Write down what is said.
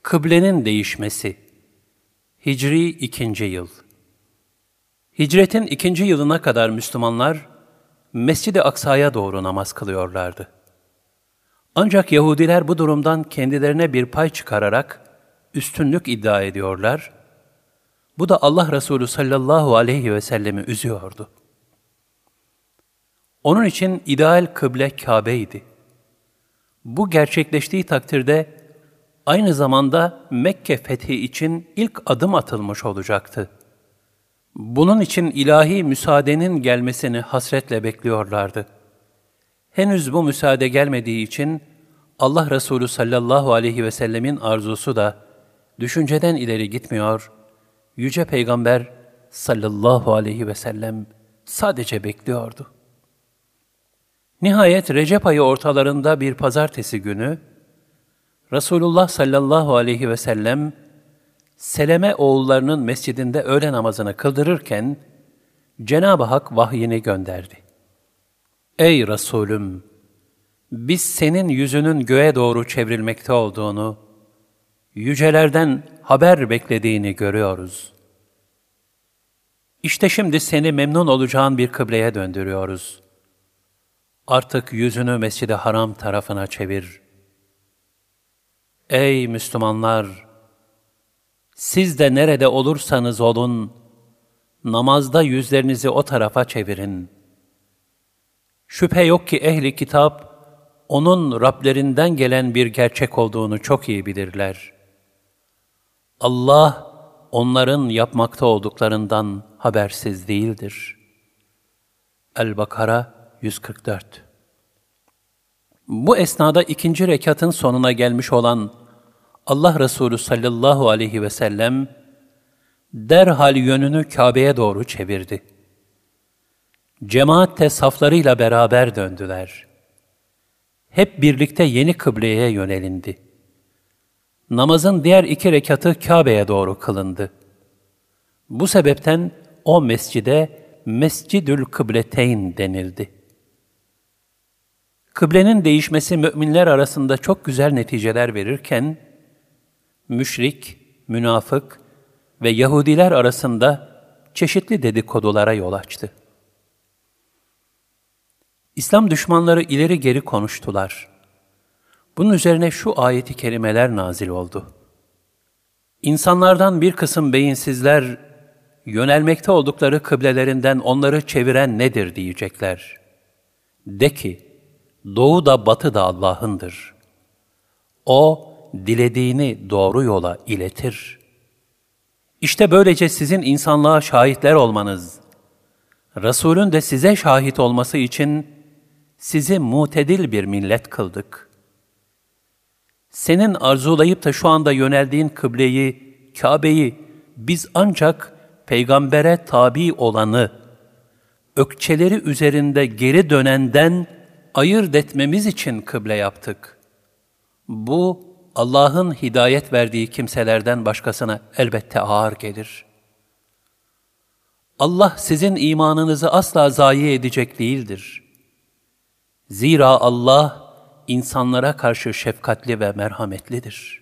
Kıblenin değişmesi. Hicri 2. yıl. Hicretin 2. yılına kadar Müslümanlar Mescid-i Aksa'ya doğru namaz kılıyorlardı. Ancak Yahudiler bu durumdan kendilerine bir pay çıkararak üstünlük iddia ediyorlar. Bu da Allah Resulü sallallahu aleyhi ve sellemi üzüyordu. Onun için ideal kıble Kabe'ydi. Bu gerçekleştiği takdirde aynı zamanda Mekke fethi için ilk adım atılmış olacaktı. Bunun için ilahi müsaadenin gelmesini hasretle bekliyorlardı. Henüz bu müsaade gelmediği için Allah Resulü sallallahu aleyhi ve sellemin arzusu da düşünceden ileri gitmiyor, Yüce Peygamber sallallahu aleyhi ve sellem sadece bekliyordu. Nihayet Recep ayı ortalarında bir pazartesi günü, Resulullah sallallahu aleyhi ve sellem, Seleme oğullarının mescidinde öğle namazını kıldırırken, Cenab-ı Hak vahyini gönderdi. Ey Resulüm! Biz senin yüzünün göğe doğru çevrilmekte olduğunu, yücelerden haber beklediğini görüyoruz. İşte şimdi seni memnun olacağın bir kıbleye döndürüyoruz. Artık yüzünü Mescid-i Haram tarafına çevir. Ey Müslümanlar! Siz de nerede olursanız olun, namazda yüzlerinizi o tarafa çevirin. Şüphe yok ki ehli kitap, onun Rablerinden gelen bir gerçek olduğunu çok iyi bilirler. Allah, onların yapmakta olduklarından habersiz değildir. El-Bakara 144. Bu esnada 2. rekatın sonuna gelmiş olan Allah Resulü sallallahu aleyhi ve sellem derhal yönünü Kabe'ye doğru çevirdi. Cemaat de saflarıyla beraber döndüler. Hep birlikte yeni kıbleye yönelindi. Namazın diğer 2 rekatı Kabe'ye doğru kılındı. Bu sebepten o mescide Mescidül Kıbleteyn denildi. Kıblenin değişmesi müminler arasında çok güzel neticeler verirken, müşrik, münafık ve Yahudiler arasında çeşitli dedikodulara yol açtı. İslam düşmanları ileri geri konuştular. Bunun üzerine şu ayeti kerimeler nazil oldu. İnsanlardan bir kısım beyinsizler, yönelmekte oldukları kıblelerinden onları çeviren nedir diyecekler. De ki, doğu da batı da Allah'ındır. O, dilediğini doğru yola iletir. İşte böylece sizin insanlığa şahitler olmanız, Resulün de size şahit olması için sizi mutedil bir millet kıldık. Senin arzulayıp da şu anda yöneldiğin kıbleyi, Kabe'yi biz ancak peygambere tabi olanı, ökçeleri üzerinde geri dönenden ayırt etmemiz için kıble yaptık. Bu, Allah'ın hidayet verdiği kimselerden başkasına elbette ağır gelir. Allah sizin imanınızı asla zayi edecek değildir. Zira Allah insanlara karşı şefkatli ve merhametlidir.